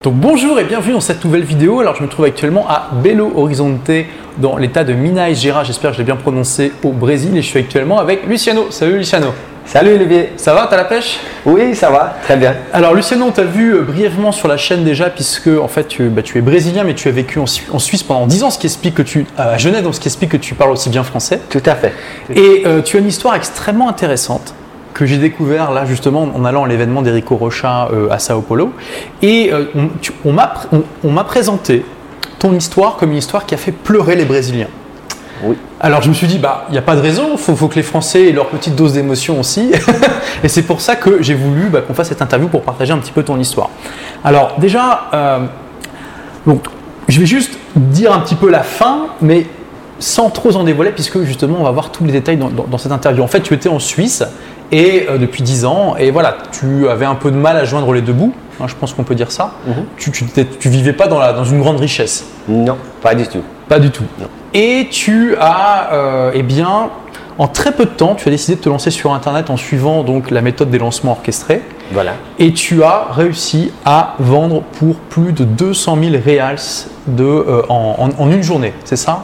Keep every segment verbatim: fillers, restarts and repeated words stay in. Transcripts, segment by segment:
Donc bonjour et bienvenue dans cette nouvelle vidéo. Alors je me trouve actuellement à Belo Horizonte dans l'état de Minas Gerais, j'espère que je l'ai bien prononcé, au Brésil, et je suis actuellement avec Luciano. Salut Luciano. Salut Olivier. Ça va, t'as la pêche? Oui, ça va, très bien. Alors Luciano, on t'a vu brièvement sur la chaîne déjà, puisque en fait tu, bah, tu es brésilien mais tu as vécu en, en Suisse pendant dix ans, ce qui explique que tu, à Genève, donc ce qui explique que tu parles aussi bien français. Tout à fait. Et euh, tu as une histoire extrêmement intéressante que j'ai découvert là justement en allant à l'événement d'Érico Rocha euh, à Sao Paulo, et euh, on, tu, on, m'a, on, on m'a présenté ton histoire comme une histoire qui a fait pleurer les Brésiliens. Oui. Alors je me suis dit, bah il n'y a pas de raison, il faut, faut que les Français aient leur petite dose d'émotion aussi, et c'est pour ça que j'ai voulu bah, qu'on fasse cette interview pour partager un petit peu ton histoire. Alors déjà, euh, donc, je vais juste dire un petit peu la fin, mais sans trop en dévoiler, puisque justement on va voir tous les détails dans, dans, dans cette interview. En fait, tu étais en Suisse et euh, depuis dix ans, et voilà, tu avais un peu de mal à joindre les deux bouts, hein, je pense qu'on peut dire ça. Mm-hmm. Tu, tu, tu vivais pas dans, la, dans une grande richesse. Non, pas du tout. Pas du tout. Non. Et tu as, euh, eh bien, en très peu de temps, tu as décidé de te lancer sur Internet en suivant donc la méthode des lancements orchestrés. Voilà. Et tu as réussi à vendre pour plus de deux cent mille reals de, euh, en, en, en une journée, c'est ça?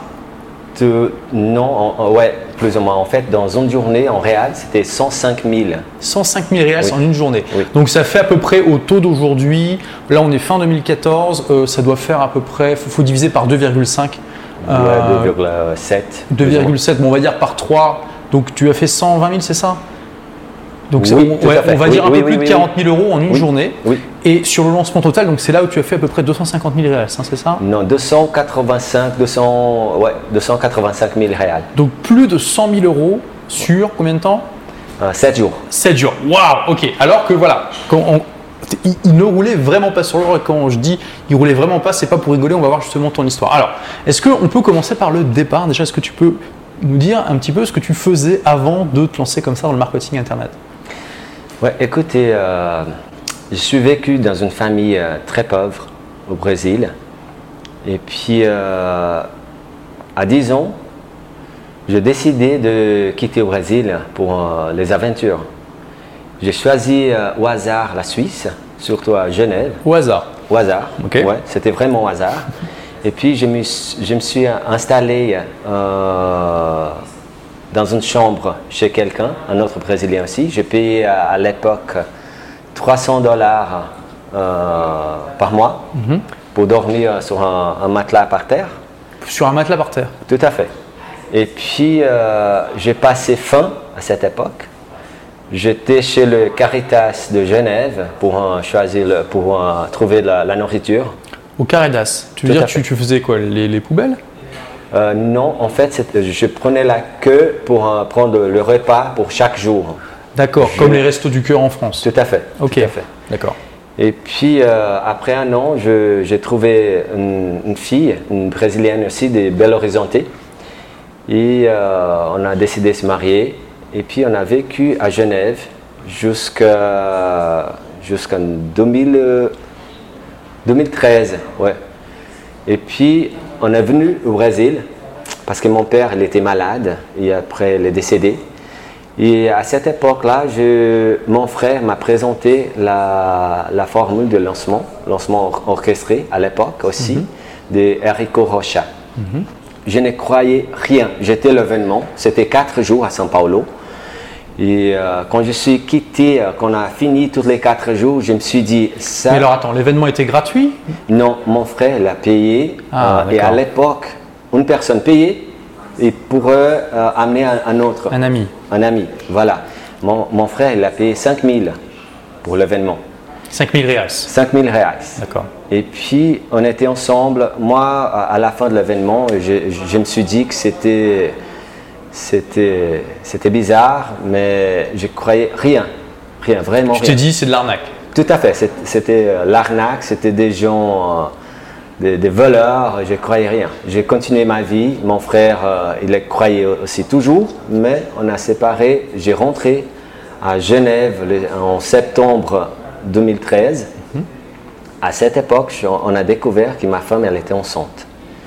De, non, en, ouais, plus ou moins. En fait, dans une journée, en réel, c'était cent cinq mille. cent cinq mille reals oui. En une journée. Oui. Donc ça fait à peu près au taux d'aujourd'hui, là on est fin deux mille quatorze, euh, ça doit faire à peu près, il faut, faut diviser par deux virgule cinq. Ouais, euh, deux virgule sept. deux virgule sept, bon, on va dire par trois. Donc tu as fait cent vingt mille, c'est ça? Donc oui, on, ouais, on va oui, dire un oui, peu oui, plus oui, de quarante mille euros en une oui, journée. Oui. Et sur le lancement total, donc c'est là où tu as fait à peu près deux cent cinquante mille réals, hein, c'est ça? Non, deux cent quatre-vingt-cinq, deux cents, ouais, deux cent quatre-vingt-cinq mille réals. Donc plus de cent mille euros sur combien de temps? euh, sept jours. sept jours, waouh, ok. Alors que voilà, quand on, il, il ne roulait vraiment pas sur l'or, et quand je dis il roulait vraiment pas, c'est pas pour rigoler, on va voir justement ton histoire. Alors, est-ce qu'on peut commencer par le départ? Déjà, est-ce que tu peux nous dire un petit peu ce que tu faisais avant de te lancer comme ça dans le marketing Internet? Ouais, écoutez, euh, je suis vécu dans une famille euh, très pauvre au Brésil. Et puis, euh, à dix ans, j'ai décidé de quitter le Brésil pour euh, les aventures. J'ai choisi euh, au hasard la Suisse, surtout à Genève. Au hasard? Au hasard, okay. Ouais, c'était vraiment au hasard. Et puis, je me, je me suis installé euh, dans une chambre chez quelqu'un, un autre Brésilien aussi. J'ai payé à, à l'époque trois cents dollars euh, par mois mm-hmm. pour dormir sur un, un matelas par terre. Sur un matelas par terre? Tout à fait. Et puis, euh, j'ai passé faim à cette époque. J'étais chez le Caritas de Genève pour euh, choisir, le, pour euh, trouver la, la nourriture. Au Caritas? Tu veux Tout dire que tu, tu faisais quoi? Les, les poubelles? Euh, non, en fait, je prenais la queue pour euh, prendre le repas pour chaque jour. D'accord, je... comme les restos du cœur en France. Tout à fait. Ok, tout à fait. D'accord. Et puis, euh, après un an, je, j'ai trouvé une, une fille, une Brésilienne aussi, de Belo Horizonte. Et euh, on a décidé de se marier. Et puis, on a vécu à Genève jusqu'à, jusqu'en deux mille, deux mille treize. Ouais. Et puis, on est venu au Brésil parce que mon père il était malade et après il est décédé. Et à cette époque-là, je, mon frère m'a présenté la, la formule de lancement, lancement or, orchestré à l'époque aussi, mm-hmm. de Érico Rocha. Mm-hmm. Je ne croyais rien. J'étais l'événement, c'était quatre jours à São Paulo. Et euh, quand je suis quitté, euh, qu'on a fini tous les quatre jours, je me suis dit ça. Mais alors attends, l'événement était gratuit? Non, mon frère l'a payé. Ah, euh, et à l'époque, une personne payait et pourrait euh, amener un, un autre. Un ami. Un ami, voilà. Mon, mon frère, il a payé cinq mille pour l'événement. cinq mille reals? cinq mille reals. D'accord. Et puis, on était ensemble. Moi, à la fin de l'événement, je, je, je me suis dit que c'était. C'était, c'était bizarre, mais je croyais rien, rien, vraiment rien. Tu rien. t'es dit c'est de l'arnaque? Tout à fait, c'était, c'était euh, l'arnaque, c'était des gens, euh, des, des voleurs, je croyais rien. J'ai continué ma vie, mon frère, euh, il le croyait aussi toujours, mais on a séparé. J'ai rentré à Genève le, en septembre deux mille treize. Mm-hmm. À cette époque, on a découvert que ma femme, elle était enceinte.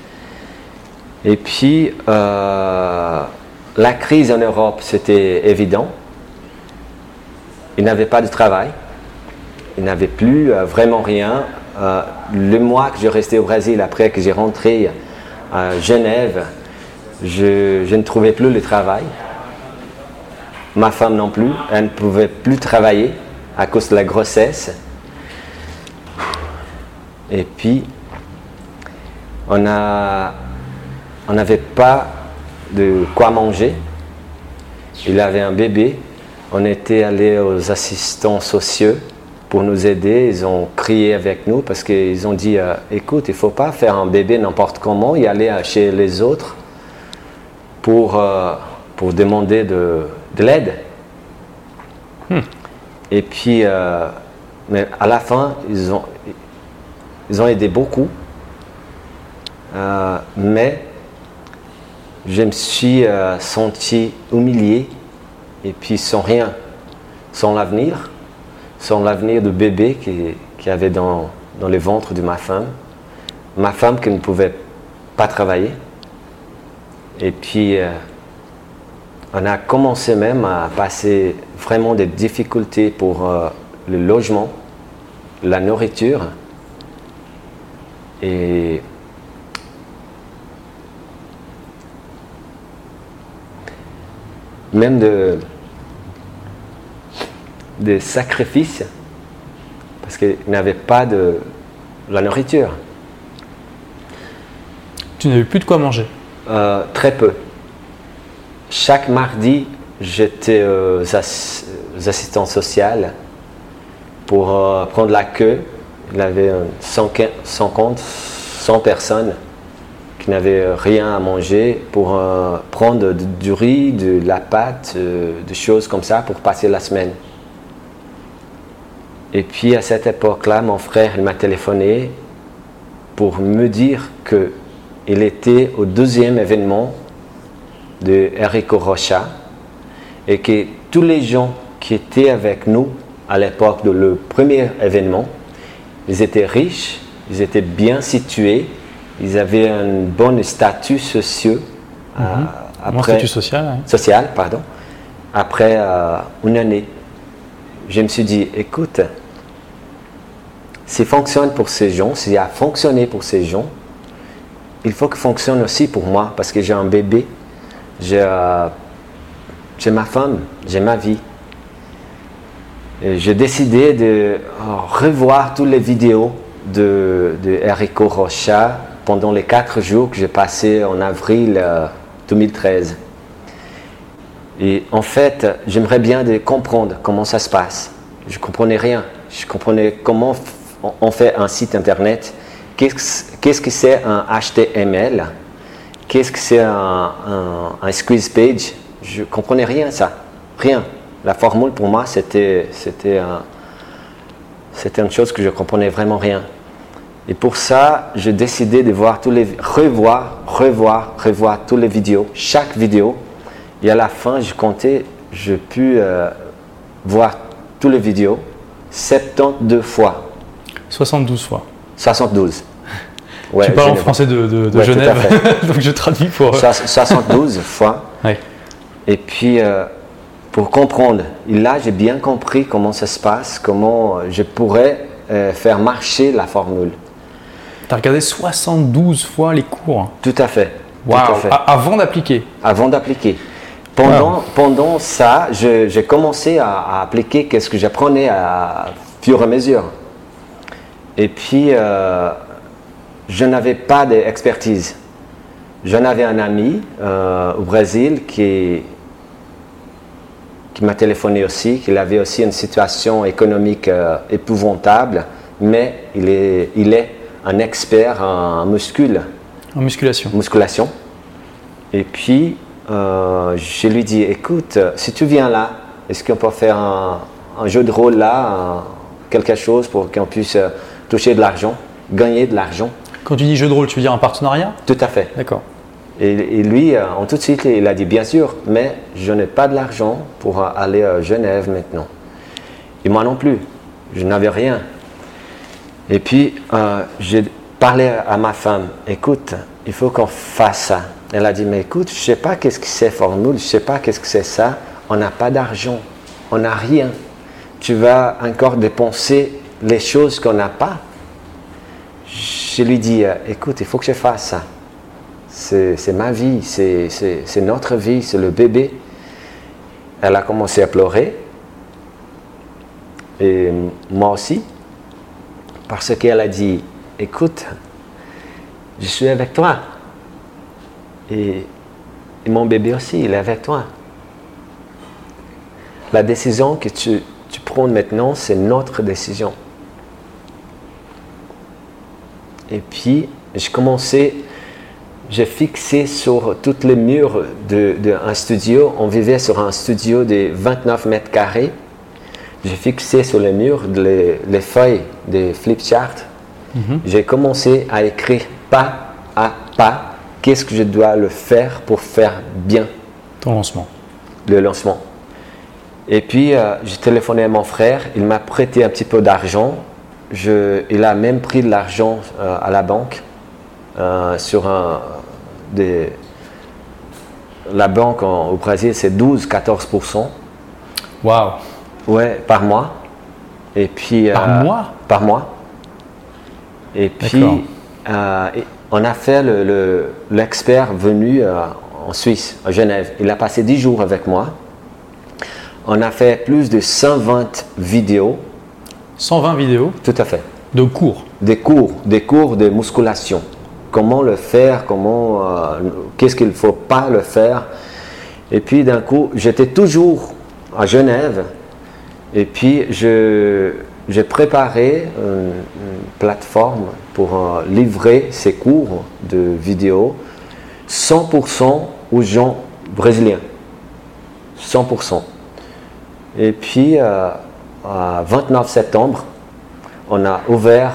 Et puis, euh, la crise en Europe, c'était évident. Il n'avait pas de travail. Il n'avait plus euh, vraiment rien. Euh, le mois que j'ai resté au Brésil, après que j'ai rentré à Genève, je, je ne trouvais plus le travail. Ma femme non plus, elle ne pouvait plus travailler à cause de la grossesse. Et puis, on a, on n'avait pas de quoi manger. Il avait un bébé. On était allé aux assistants sociaux pour nous aider. Ils ont crié avec nous parce qu'ils ont dit euh, écoute, il ne faut pas faire un bébé n'importe comment et aller chez les autres pour, euh, pour demander de, de l'aide. Hmm. Et puis, euh, mais à la fin, ils ont, ils ont aidé beaucoup. Euh, mais je me suis euh, senti humilié et puis sans rien, sans l'avenir, sans l'avenir du bébé qui, qui avait dans, dans le ventre de ma femme, ma femme qui ne pouvait pas travailler. Et puis euh, on a commencé même à passer vraiment des difficultés pour euh, le logement, la nourriture. Et même de, de sacrifices, parce qu'il n'avait pas de la nourriture. Tu n'avais plus de quoi manger? euh, Très peu. Chaque mardi, j'étais aux, ass aux assistants sociaux pour euh, prendre la queue. Il y avait cent cinquante, cent personnes qui n'avaient rien à manger pour euh, prendre de, du riz, de la pâte, euh, des choses comme ça pour passer la semaine. Et puis à cette époque-là, mon frère il m'a téléphoné pour me dire qu'il était au deuxième événement de Érico Rocha et que tous les gens qui étaient avec nous à l'époque de le premier événement, ils étaient riches, ils étaient bien situés, ils avaient un bon statut social. Mm-hmm. euh, après, bon statut social. Ouais. Social, pardon. Après euh, une année, je me suis dit, écoute, si ça fonctionne pour ces gens, si ça a fonctionné pour ces gens, il faut que ça fonctionne aussi pour moi, parce que j'ai un bébé, j'ai euh, j'ai ma femme, j'ai ma vie. Et j'ai décidé de revoir toutes les vidéos de, de Érico Rocha pendant les quatre jours que j'ai passés en avril euh, deux mille treize. Et en fait, j'aimerais bien de comprendre comment ça se passe. Je ne comprenais rien. Je comprenais comment on fait un site internet. Qu'est-ce qu'est-ce que c'est un H T M L? Qu'est-ce que c'est un, un, un squeeze page? Je ne comprenais rien ça. Rien. La formule pour moi, c'était, c'était, un, c'était une chose que je ne comprenais vraiment rien. Et pour ça, j'ai décidé de voir tous les, revoir, revoir, revoir toutes les vidéos, chaque vidéo. Et à la fin, je comptais, j'ai pu euh, voir toutes les vidéos soixante-douze fois. soixante-douze fois. soixante-douze. Ouais, tu parles Genève. En français de, de, de ouais, Genève, donc je traduis pour... soixante-douze fois. Ouais. Et puis, euh, pour comprendre, et là, j'ai bien compris comment ça se passe, comment je pourrais euh, faire marcher la formule. Tu as regardé soixante-douze fois les cours? Tout à fait. Wow. Tout à fait. Avant d'appliquer? Avant d'appliquer. Pendant, wow. pendant ça, je, j'ai commencé à, à appliquer ce que j'apprenais à fur et à mesure. Et puis, euh, je n'avais pas d'expertise. J'en avais un ami euh, au Brésil qui, qui m'a téléphoné aussi, qu'il avait aussi une situation économique euh, épouvantable, mais il est, il est un expert en muscule. En musculation. Musculation. Et puis, euh, je lui dis, écoute, si tu viens là, est-ce qu'on peut faire un, un jeu de rôle là, un, quelque chose pour qu'on puisse euh, toucher de l'argent, gagner de l'argent? Quand tu dis jeu de rôle, tu veux dire un partenariat? Tout à fait. D'accord. Et, et lui, euh, en tout de suite, il a dit, bien sûr, mais je n'ai pas de l'argent pour aller à Genève maintenant. Et moi non plus, je n'avais rien. Et puis, euh, j'ai parlé à ma femme, écoute, il faut qu'on fasse ça. Elle a dit, mais écoute, je ne sais pas qu'est-ce que c'est formule, je ne sais pas qu'est-ce que c'est ça, on n'a pas d'argent, on n'a rien. Tu vas encore dépenser les choses qu'on n'a pas. je lui dis, euh, écoute, il faut que je fasse ça. C'est, c'est ma vie, c'est, c'est, c'est notre vie, c'est le bébé. Elle a commencé à pleurer. Et moi aussi. Parce qu'elle a dit, écoute, je suis avec toi. Et, et mon bébé aussi, il est avec toi. La décision que tu, tu prends maintenant, c'est notre décision. Et puis, j'ai commencé, j'ai fixé sur tous les murs d'un de, de studio. On vivait sur un studio de vingt-neuf mètres carrés. J'ai fixé sur les murs les, les feuilles des flipcharts. Mm-hmm. J'ai commencé à écrire pas à pas qu'est-ce que je dois le faire pour faire bien. Ton lancement. Le lancement. Et puis, euh, j'ai téléphoné à mon frère. Il m'a prêté un petit peu d'argent. Je, il a même pris de l'argent euh, à la banque. Euh, sur un, des, la banque en, au Brésil, c'est douze à quatorze pour cent. Waouh! Ouais, par mois. Et puis, par euh, mois? Par mois. Et puis, euh, et on a fait le, le, l'expert venu euh, en Suisse, à Genève. Il a passé dix jours avec moi. On a fait plus de cent vingt vidéos. cent vingt vidéos? Tout à fait. De cours? Des cours, des cours de musculation. Comment le faire, comment, euh, qu'est-ce qu'il ne faut pas le faire. Et puis d'un coup, j'étais toujours à Genève. Et puis, je, j'ai préparé une, une plateforme pour euh, livrer ces cours de vidéos cent pour cent aux gens brésiliens. cent pour cent. Et puis, euh, à vingt-neuf septembre, on a ouvert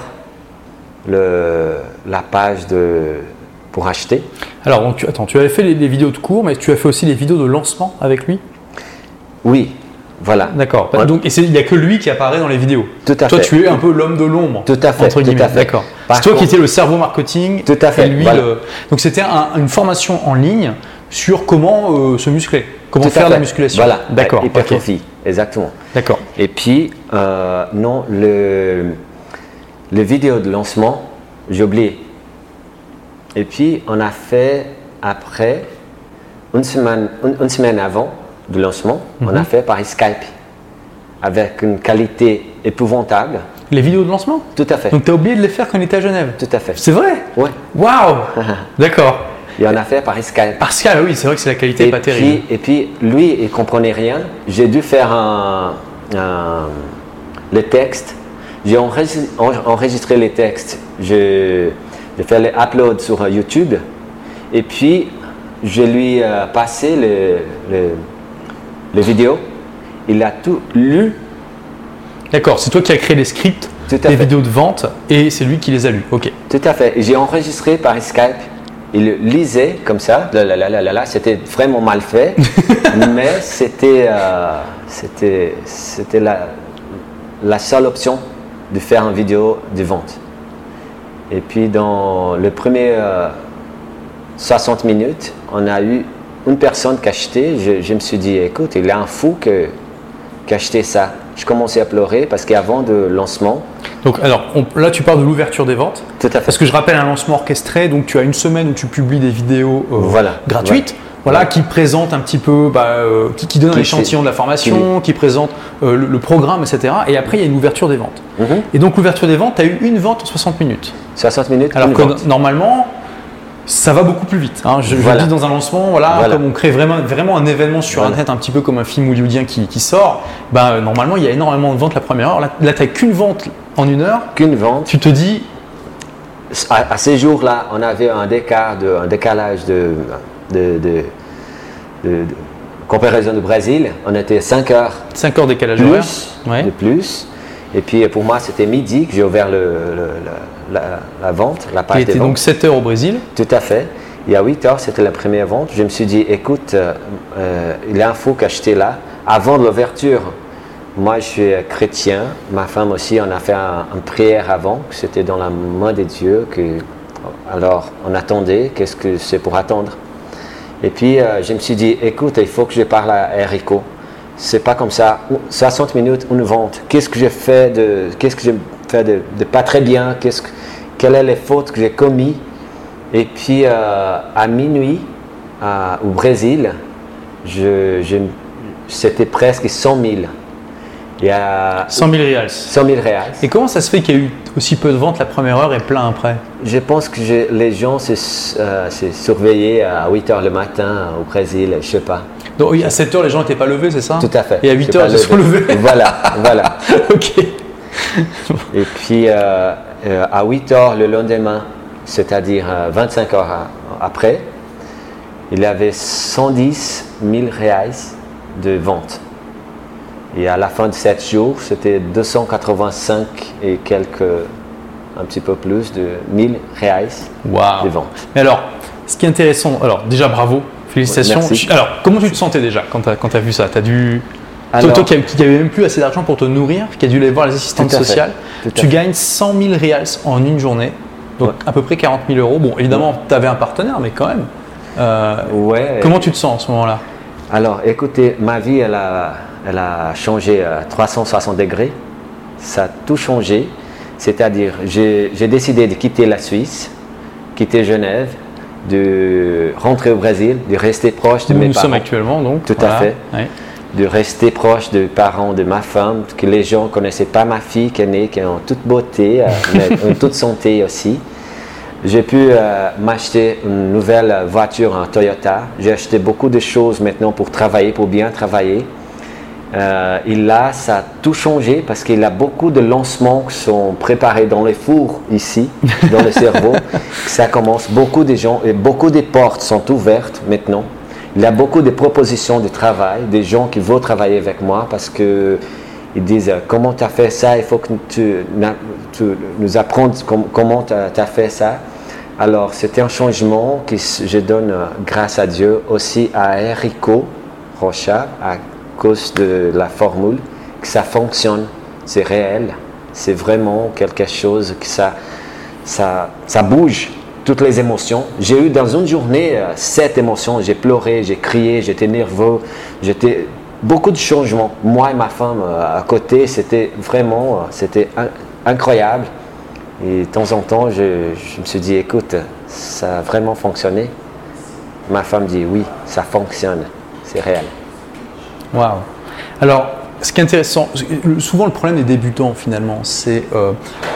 le, la page de, pour acheter. Alors, tu, attends, tu avais fait les, les vidéos de cours, mais tu as fait aussi les vidéos de lancement avec lui? Oui. Voilà. D'accord. Donc, et il n'y a que lui qui apparaît dans les vidéos. Tout à toi, fait. tu es un peu l'homme de l'ombre. Tout à fait. Entre guillemets. Tout à fait. D'accord. Par C'est toi contre, qui étais le cerveau marketing. Tout à fait. Et lui, voilà. le... Donc, c'était un, une formation en ligne sur comment euh, se muscler, comment tout faire la musculation. Voilà. D'accord. Hypertrophie. Okay. Exactement. D'accord. Et puis, euh, non, le, les vidéos de lancement, j'ai oublié. Et puis, on a fait après, une semaine, une, une semaine avant le lancement, mm-hmm. on a fait par Skype. Avec une qualité épouvantable. Les vidéos de lancement? Tout à fait. Donc tu as oublié de les faire quand on était à Genève? Tout à fait. C'est vrai? Oui. Waouh. D'accord. Et on a fait par Skype. Par Skype, oui, c'est vrai que c'est la qualité et pas puis, terrible. Et puis lui, il ne comprenait rien. J'ai dû faire un, un, le texte. J'ai enregistré, enregistré les textes. J'ai fait les uploads sur YouTube. Et puis, je lui ai passé les, les, les vidéos. Il a tout lu. D'accord, c'est toi qui as créé les scripts, les fait. vidéos de vente, et c'est lui qui les a lus. Ok. Tout à fait. J'ai enregistré par Skype. Il lisait comme ça. Là, là, là, là, là. C'était vraiment mal fait, mais c'était, euh, c'était, c'était la, la seule option de faire une vidéo de vente. Et puis dans le premier euh, soixante minutes, on a eu une personne qui a acheté. Je, je me suis dit, écoute, il est un fou que qui a acheté ça. Je commençais à pleurer parce qu'avant le lancement. Donc, alors on, là, tu parles de l'ouverture des ventes. Tout à fait. Parce que je rappelle un lancement orchestré. Donc, tu as une semaine où tu publies des vidéos euh, voilà. gratuites. Voilà. Voilà, qui présentent un petit peu, bah, euh, qui, qui donnent un échantillon de la formation, qui, qui présentent euh, le, le programme, et cetera. Et après, il y a une ouverture des ventes. Mm-hmm. Et donc, l'ouverture des ventes, tu as eu une vente en soixante minutes. soixante minutes. Alors que vente. Normalement, ça va beaucoup plus vite. Hein. Je, voilà. je le dis dans un lancement, voilà, voilà. Comme on crée vraiment, vraiment un événement sur voilà. Internet, un petit peu comme un film hollywoodien qui, qui sort, bah, normalement, il y a énormément de ventes la première heure. Là, là tu n'as qu'une vente en une heure. Qu'une vente. Tu te dis. À, à ces jours-là, on avait un, décart de, un décalage de, de, de, de, de comparaison du Brésil. On était cinq heures. cinq heures décalage plus, horaire. Ouais. De plus. Et puis pour moi, c'était midi que j'ai ouvert le, le, le, la, la vente, la page Il était donc sept heures au Brésil. Tout à fait. Et à huit heures, c'était la première vente. Je me suis dit, écoute, euh, euh, il y a un fou qu'acheter là. Avant l'ouverture, moi je suis chrétien, ma femme aussi, on a fait un, une prière avant, que c'était dans la main de Dieu. Que, alors on attendait, qu'est-ce que c'est pour attendre? Et puis euh, je me suis dit, écoute, il faut que je parle à Enrico. C'est pas comme ça, soixante minutes, une vente. Qu'est-ce que j'ai fait de, qu'est-ce que j'ai fait de, de pas très bien? Qu'est-ce que... quelles sont les fautes que j'ai commises. Et puis, euh, à minuit, à, au Brésil, je, je, c'était presque cent mille. Il y a cent mille reals. cent mille reals. Et comment ça se fait qu'il y a eu aussi peu de ventes la première heure et plein après? Je pense que je, les gens se, euh, se surveillaient à huit heures le matin au Brésil, je ne sais pas. Donc à sept heures, les gens n'étaient pas levés, c'est ça? Tout à fait. Et à huit heures, ils se sont levés. Voilà, voilà. Ok. Et puis euh, euh, à huit heures le lendemain, c'est-à-dire euh, vingt-cinq heures à, après, il y avait cent dix mille reals de vente. Et à la fin de sept jours, c'était deux cent quatre-vingt-cinq et quelques, un petit peu plus de mille reals wow. de vente. Mais alors, ce qui est intéressant, alors déjà bravo, félicitations. Merci. Alors, comment tu te sentais déjà quand tu as, quand tu as vu ça? Tu as dû. Alors, toi, toi qui n'avais même plus assez d'argent pour te nourrir, qui a dû aller voir les assistantes sociales, tu gagnes cent mille reals en une journée, donc ouais. à peu près quarante mille euros. Bon, évidemment, ouais. tu avais un partenaire, mais quand même. Euh, ouais. Comment tu te sens en ce moment-là? Alors, écoutez, ma vie, elle a, elle a changé à trois cent soixante degrés. Ça a tout changé. C'est-à-dire, j'ai, j'ai décidé de quitter la Suisse, quitter Genève, de rentrer au Brésil, de rester proche de Où mes nous parents. Nous sommes actuellement, donc. Tout voilà. à fait. Ouais. De rester proche des parents de ma femme, que les gens ne connaissaient pas ma fille qui est née, qui est en toute beauté, euh, mais en toute santé aussi. J'ai pu euh, m'acheter une nouvelle voiture en Toyota. J'ai acheté beaucoup de choses maintenant pour travailler, pour bien travailler. Euh, et là, ça a tout changé parce qu'il y a beaucoup de lancements qui sont préparés dans les fours ici, dans le cerveau. Ça commence, beaucoup de gens, et beaucoup de portes sont ouvertes maintenant. Il y a beaucoup de propositions de travail, des gens qui veulent travailler avec moi parce qu'ils disent comment tu as fait ça, il faut que tu, tu nous apprennes comment tu as fait ça. Alors c'est un changement que je donne grâce à Dieu aussi à Enrico Rocha à cause de la formule, que ça fonctionne, c'est réel, c'est vraiment quelque chose que ça, ça, ça bouge. Toutes les émotions. J'ai eu dans une journée euh, sept émotions. J'ai pleuré, j'ai crié, j'étais nerveux, j'étais beaucoup de changements. Moi et ma femme euh, à côté, c'était vraiment, euh, c'était in- incroyable. Et de temps en temps, je, je me suis dit, écoute, ça a vraiment fonctionné. Ma femme dit, oui, ça fonctionne, c'est réel. Waouh. Alors, ce qui est intéressant, souvent le problème des débutants finalement, c'est euh,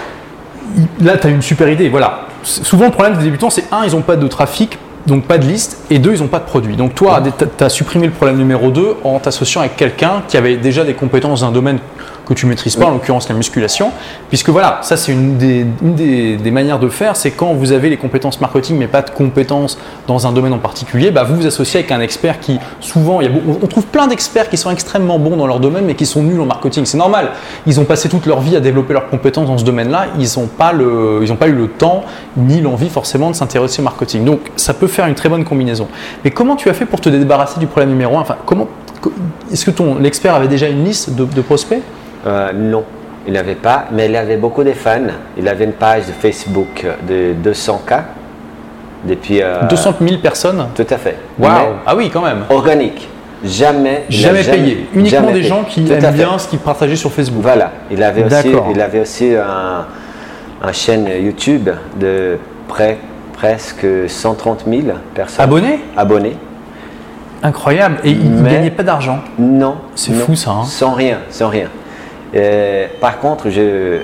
là, tu as une super idée, voilà. Souvent, le problème des débutants, c'est un, ils n'ont pas de trafic, donc pas de liste, et deux, ils n'ont pas de produit. Donc toi, ouais. tu as supprimé le problème numéro deux en t'associant avec quelqu'un qui avait déjà des compétences dans un domaine que tu ne maîtrises pas, oui. en l'occurrence la musculation, puisque voilà, ça c'est une des, une des, des manières de faire, c'est quand vous avez les compétences marketing mais pas de compétences dans un domaine en particulier, bah vous vous associez avec un expert qui souvent, il y a, on trouve plein d'experts qui sont extrêmement bons dans leur domaine mais qui sont nuls en marketing, c'est normal, ils ont passé toute leur vie à développer leurs compétences dans ce domaine-là, ils n'ont pas, le, ils n'ont pas eu le temps ni l'envie forcément de s'intéresser au marketing, donc ça peut faire une très bonne combinaison. Mais comment tu as fait pour te débarrasser du problème numéro un, enfin, comment, est-ce que ton, l'expert avait déjà une liste de, de prospects? Euh, non, il n'avait pas, mais il avait beaucoup de fans. Il avait une page de Facebook de deux cents mille depuis. Euh, deux cent mille personnes? Tout à fait. Waouh! Ah oui, quand même. Organique. Jamais. Jamais jamais payé. Uniquement jamais des payé. gens qui tout aiment bien ce qu'ils partageaient sur Facebook. Voilà. Il avait aussi, D'accord. il avait aussi un, un chaîne YouTube de près, presque cent trente mille personnes. Abonnés? Abonnés. Incroyable. Et il ne gagnait pas d'argent? Non. C'est non, fou ça. Hein? Sans rien, sans rien. Euh, par contre, je,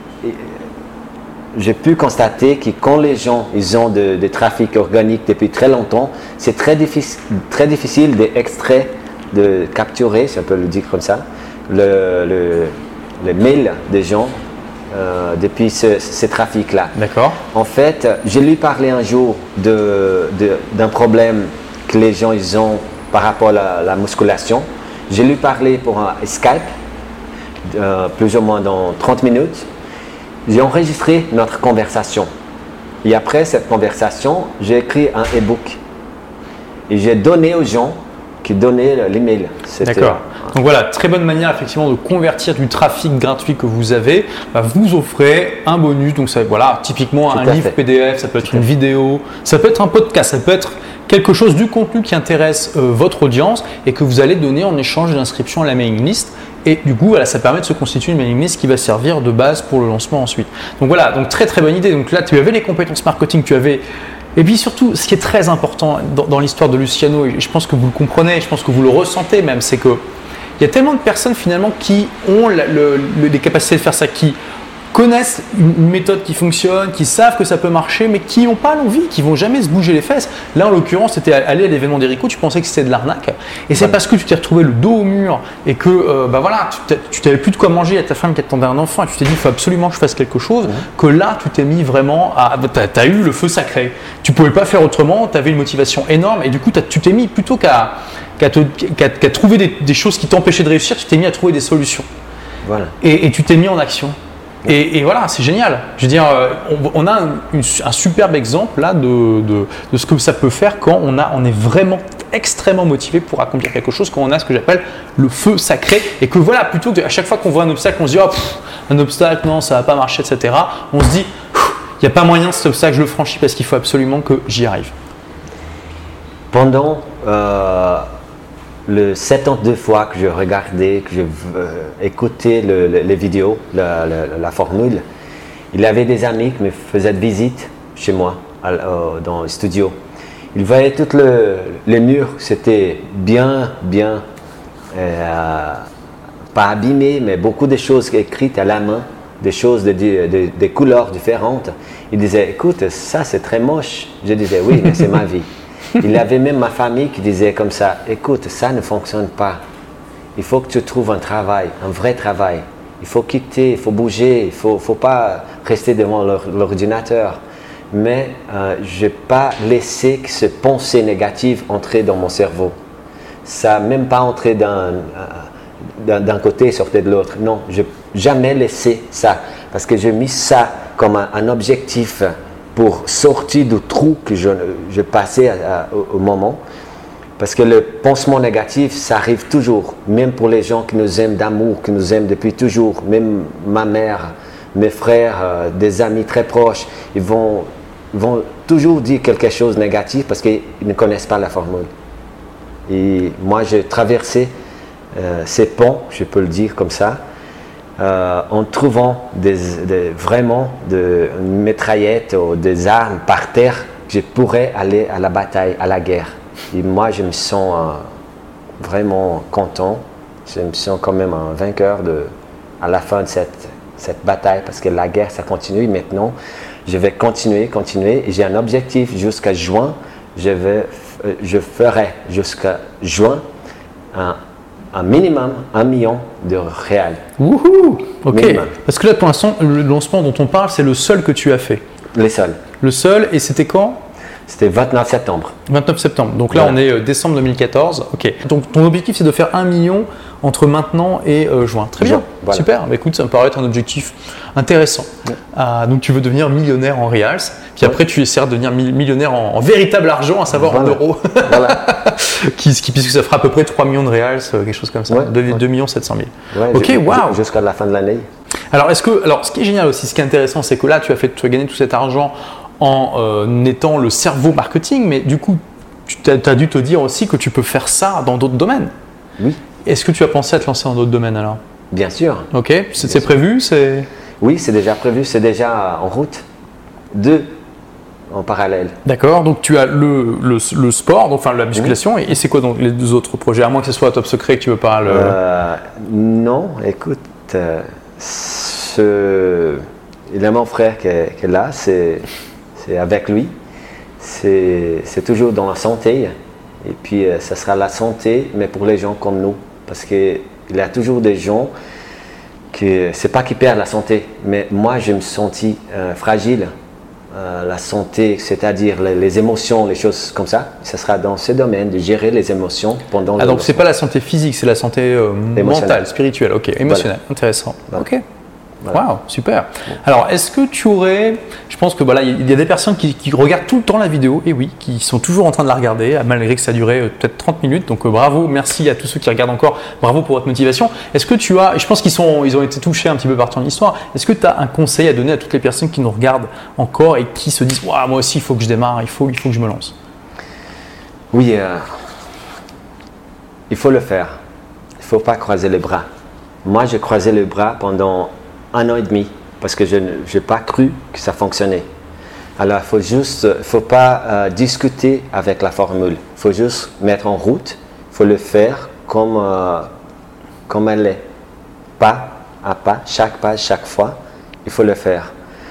j'ai pu constater que quand les gens ils ont de, de trafic organique depuis très longtemps, c'est très difficile, très difficile d'extraire, de capturer, si on peut le dire comme ça, le, le, le mail des gens euh, depuis ce, ce trafic-là. D'accord. En fait, je lui parlais un jour de, de, d'un problème que les gens ils ont par rapport à la, la musculation. Je lui parlais pour un Skype. Euh, plus ou moins dans trente minutes, j'ai enregistré notre conversation. Et après cette conversation, j'ai écrit un e-book. Et j'ai donné aux gens qui donnaient l'email. C'était, D'accord. Donc voilà, très bonne manière effectivement de convertir du trafic gratuit que vous avez. Bah, vous offrez un bonus. Donc ça, voilà, typiquement Tout un à livre fait. P D F, ça peut être Tout une vidéo, ça peut être un podcast, ça peut être quelque chose du contenu qui intéresse euh, votre audience et que vous allez donner en échange de l'inscription à la mailing list. Et du coup, voilà, ça permet de se constituer une mailing list qui va servir de base pour le lancement ensuite. Donc voilà, donc très très bonne idée. Donc là, tu avais les compétences marketing, tu avais. Et puis surtout, ce qui est très important dans, dans l'histoire de Luciano, et je pense que vous le comprenez, je pense que vous le ressentez même, c'est que il y a tellement de personnes finalement qui ont le, le, les capacités de faire ça, qui connaissent une méthode qui fonctionne, qui savent que ça peut marcher, mais qui n'ont pas l'envie, qui ne vont jamais se bouger les fesses. Là, en l'occurrence, c'était aller à l'événement d'Erico, tu pensais que c'était de l'arnaque. Et c'est parce que tu t'es retrouvé le dos au mur et que euh, bah voilà, tu n'avais plus de quoi manger à ta femme qui attendait un enfant et tu t'es dit il faut absolument que je fasse quelque chose, mmh. que là, tu t'es mis vraiment à… Tu as eu le feu sacré. Tu ne pouvais pas faire autrement, tu avais une motivation énorme et du coup, tu t'es mis plutôt qu'à qu'à qu'à, qu'à trouver des, des choses qui t'empêchaient de réussir, tu t'es mis à trouver des solutions. Voilà. Et, et tu t'es mis en action. Et, et voilà, c'est génial. Je veux dire, on, on a une, un superbe exemple là de, de, de ce que ça peut faire quand on, a, on est vraiment extrêmement motivé pour accomplir quelque chose, quand on a ce que j'appelle le feu sacré. Et que voilà, plutôt qu'à chaque fois qu'on voit un obstacle, on se dit oh, pff, un obstacle, non, ça va pas marcher, et cetera. On se dit, il n'y a pas moyen cet obstacle, je le franchis parce qu'il faut absolument que j'y arrive. Pendant euh, le soixante-deux fois que je regardais, que je euh, écoutais le, le, les vidéos, la, la, la formule, il y avait des amis qui me faisaient de visite chez moi, à, euh, dans le studio. Ils voyaient tout le, le mur, c'était bien, bien, euh, pas abîmé, mais beaucoup de choses écrites à la main, des choses de, de, de, de couleurs différentes. Ils disaient, écoute, ça c'est très moche. Je disais, oui, mais c'est ma vie. Il y avait même ma famille qui disait comme ça, écoute, ça ne fonctionne pas. Il faut que tu trouves un travail, un vrai travail. Il faut quitter, il faut bouger, il ne faut, faut pas rester devant l'ordinateur. Mais euh, je n'ai pas laissé que ce pensée négative entrer dans mon cerveau. Ça n'a même pas entré d'un euh, d'un côté et sortait de l'autre. Non, je n'ai jamais laissé ça. Parce que j'ai mis ça comme un, un objectif pour sortir du trou que je, je passais à, à, au, au moment. Parce que le pensement négatif, ça arrive toujours. Même pour les gens qui nous aiment d'amour, qui nous aiment depuis toujours. Même ma mère, mes frères, euh, des amis très proches, ils vont, ils vont toujours dire quelque chose de négatif parce qu'ils ne connaissent pas la formule. Et moi, j'ai traversé euh, ces ponts, je peux le dire comme ça, Euh, en trouvant des, des, vraiment des mitraillettes ou des armes par terre, je pourrais aller à la bataille, à la guerre. Et moi, je me sens euh, vraiment content. Je me sens quand même un vainqueur de, à la fin de cette, cette bataille parce que la guerre, ça continue. Maintenant, je vais continuer, continuer. Et j'ai un objectif jusqu'à juin. Je, vais, je ferai jusqu'à juin un un minimum, un million de réals. Wouhou! Ok. Minimum. Parce que là, pour l'instant, le lancement dont on parle, c'est le seul que tu as fait. Le seul. Le seul, et c'était quand? C'était vingt-neuf septembre. vingt-neuf septembre. Donc là, voilà. On est euh, décembre deux mille quatorze. Ok. Donc ton objectif, c'est de faire un million entre maintenant et euh, juin. Très bien. Voilà. Super. Bah, écoute, ça me paraît être un objectif intéressant. Ouais. Euh, donc tu veux devenir millionnaire en reals. Puis ouais. Après, tu essaieras de devenir millionnaire en, en véritable argent, à savoir voilà. en euros. Voilà. qui, qui, puisque ça fera à peu près trois millions de reals, quelque chose comme ça. Ouais. deux millions sept cent mille. Ouais, ok, waouh. Jusqu'à la fin de l'année. Alors, est-ce que, alors, ce qui est génial aussi, ce qui est intéressant, c'est que là, tu as fait, tu as gagné tout cet argent en euh, étant le cerveau marketing, mais du coup, tu as, as dû te dire aussi que tu peux faire ça dans d'autres domaines. Oui. Est-ce que tu as pensé à te lancer dans d'autres domaines alors? Bien sûr. Ok, c'est prévu c'est... Oui, c'est déjà prévu, c'est déjà en route. Deux en parallèle. D'accord, donc tu as le, le, le sport, donc, enfin la musculation, oui. Et, et c'est quoi donc les deux autres projets, à moins que ce soit top secret que tu veux pas le… Euh, non, écoute, euh, ce... il y a mon frère qui est, qui est là, c'est avec lui, c'est toujours dans la santé, et puis euh, ça sera la santé, mais pour les gens comme nous, parce qu'il y a toujours des gens qui, c'est pas qu'ils perdent la santé, mais moi je me sentis euh, fragile. Euh, la santé, c'est-à-dire les, les émotions, les choses comme ça, ça sera dans ce domaine de gérer les émotions pendant. Ah donc c'est pas la santé physique, c'est la santé euh, mentale, spirituelle, ok, émotionnelle, voilà. Intéressant, voilà. Ok. Waouh, wow, super. Alors, est-ce que tu aurais, je pense que voilà, il y a des personnes qui, qui regardent tout le temps la vidéo, et oui, qui sont toujours en train de la regarder, malgré que ça durait euh, peut-être trente minutes. Donc, euh, bravo, merci à tous ceux qui regardent encore, bravo pour votre motivation. Est-ce que tu as, je pense qu'ils sont, ils ont été touchés un petit peu par ton histoire. Est-ce que tu as un conseil à donner à toutes les personnes qui nous regardent encore et qui se disent, waouh, moi aussi, il faut que je démarre, il faut, il faut que je me lance? Oui, euh, il faut le faire. Il ne faut pas croiser les bras. Moi, j'ai croisé les bras pendant un an et demi parce que je n'ai pas cru que ça fonctionnait. Alors, il faut juste, faut pas euh, discuter avec la formule. Il faut juste mettre en route. Il faut le faire comme, euh, comme elle est. Pas à pas, chaque pas, chaque fois, il faut le faire.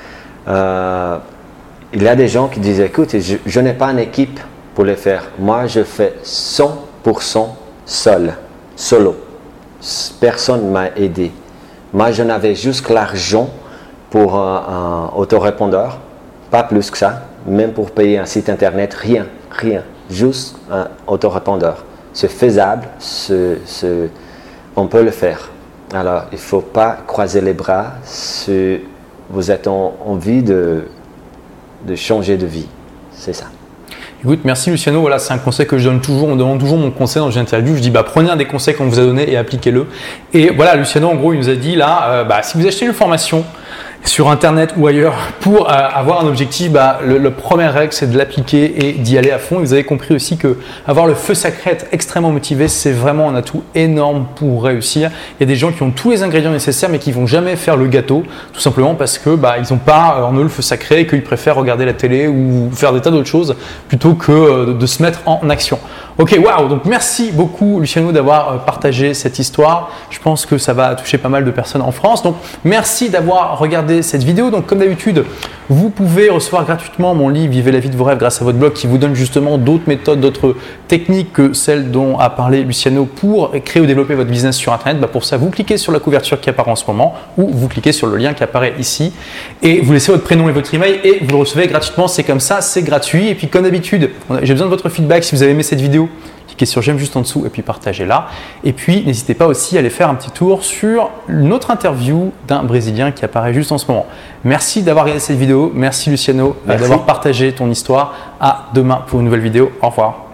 Euh, il y a des gens qui disent, écoute, je, je n'ai pas une équipe pour le faire. Moi, je fais cent pour cent seul, solo. Personne ne m'a aidé. Moi, je n'avais juste que l'argent pour un, un autorépondeur, pas plus que ça, même pour payer un site internet, rien, rien, juste un autorépondeur. C'est faisable, c'est, c'est, on peut le faire. Alors, il ne faut pas croiser les bras si vous êtes en envie de, de changer de vie. C'est ça. Écoute, merci Luciano. Voilà, c'est un conseil que je donne toujours. On demande toujours mon conseil dans une interview. Je dis, bah, prenez un des conseils qu'on vous a donné et appliquez-le. Et voilà, Luciano, en gros, il nous a dit là, euh, bah, si vous achetez une formation sur Internet ou ailleurs pour euh, avoir un objectif, bah, le, le premier règle, c'est de l'appliquer et d'y aller à fond. Et vous avez compris aussi que avoir le feu sacré, être extrêmement motivé, c'est vraiment un atout énorme pour réussir. Il y a des gens qui ont tous les ingrédients nécessaires, mais qui vont jamais faire le gâteau, tout simplement parce que bah, ils n'ont pas en eux le feu sacré et qu'ils préfèrent regarder la télé ou faire des tas d'autres choses plutôt que euh, de, de se mettre en action. Ok, waouh, donc merci beaucoup Luciano d'avoir partagé cette histoire. Je pense que ça va toucher pas mal de personnes en France. Donc merci d'avoir regardé cette vidéo. Donc comme d'habitude, vous pouvez recevoir gratuitement mon livre Vivez la vie de vos rêves grâce à votre blog qui vous donne justement d'autres méthodes, d'autres techniques que celles dont a parlé Luciano pour créer ou développer votre business sur Internet. Bah pour ça, vous cliquez sur la couverture qui apparaît en ce moment ou vous cliquez sur le lien qui apparaît ici et vous laissez votre prénom et votre email et vous le recevez gratuitement. C'est comme ça, c'est gratuit. Et puis comme d'habitude, j'ai besoin de votre feedback si vous avez aimé cette vidéo. Cliquez sur j'aime juste en dessous et puis partagez-la. Et puis n'hésitez pas aussi à aller faire un petit tour sur une autre interview d'un Brésilien qui apparaît juste en ce moment. Merci d'avoir regardé cette vidéo. Merci Luciano d'avoir partagé ton histoire. À demain pour une nouvelle vidéo. Au revoir.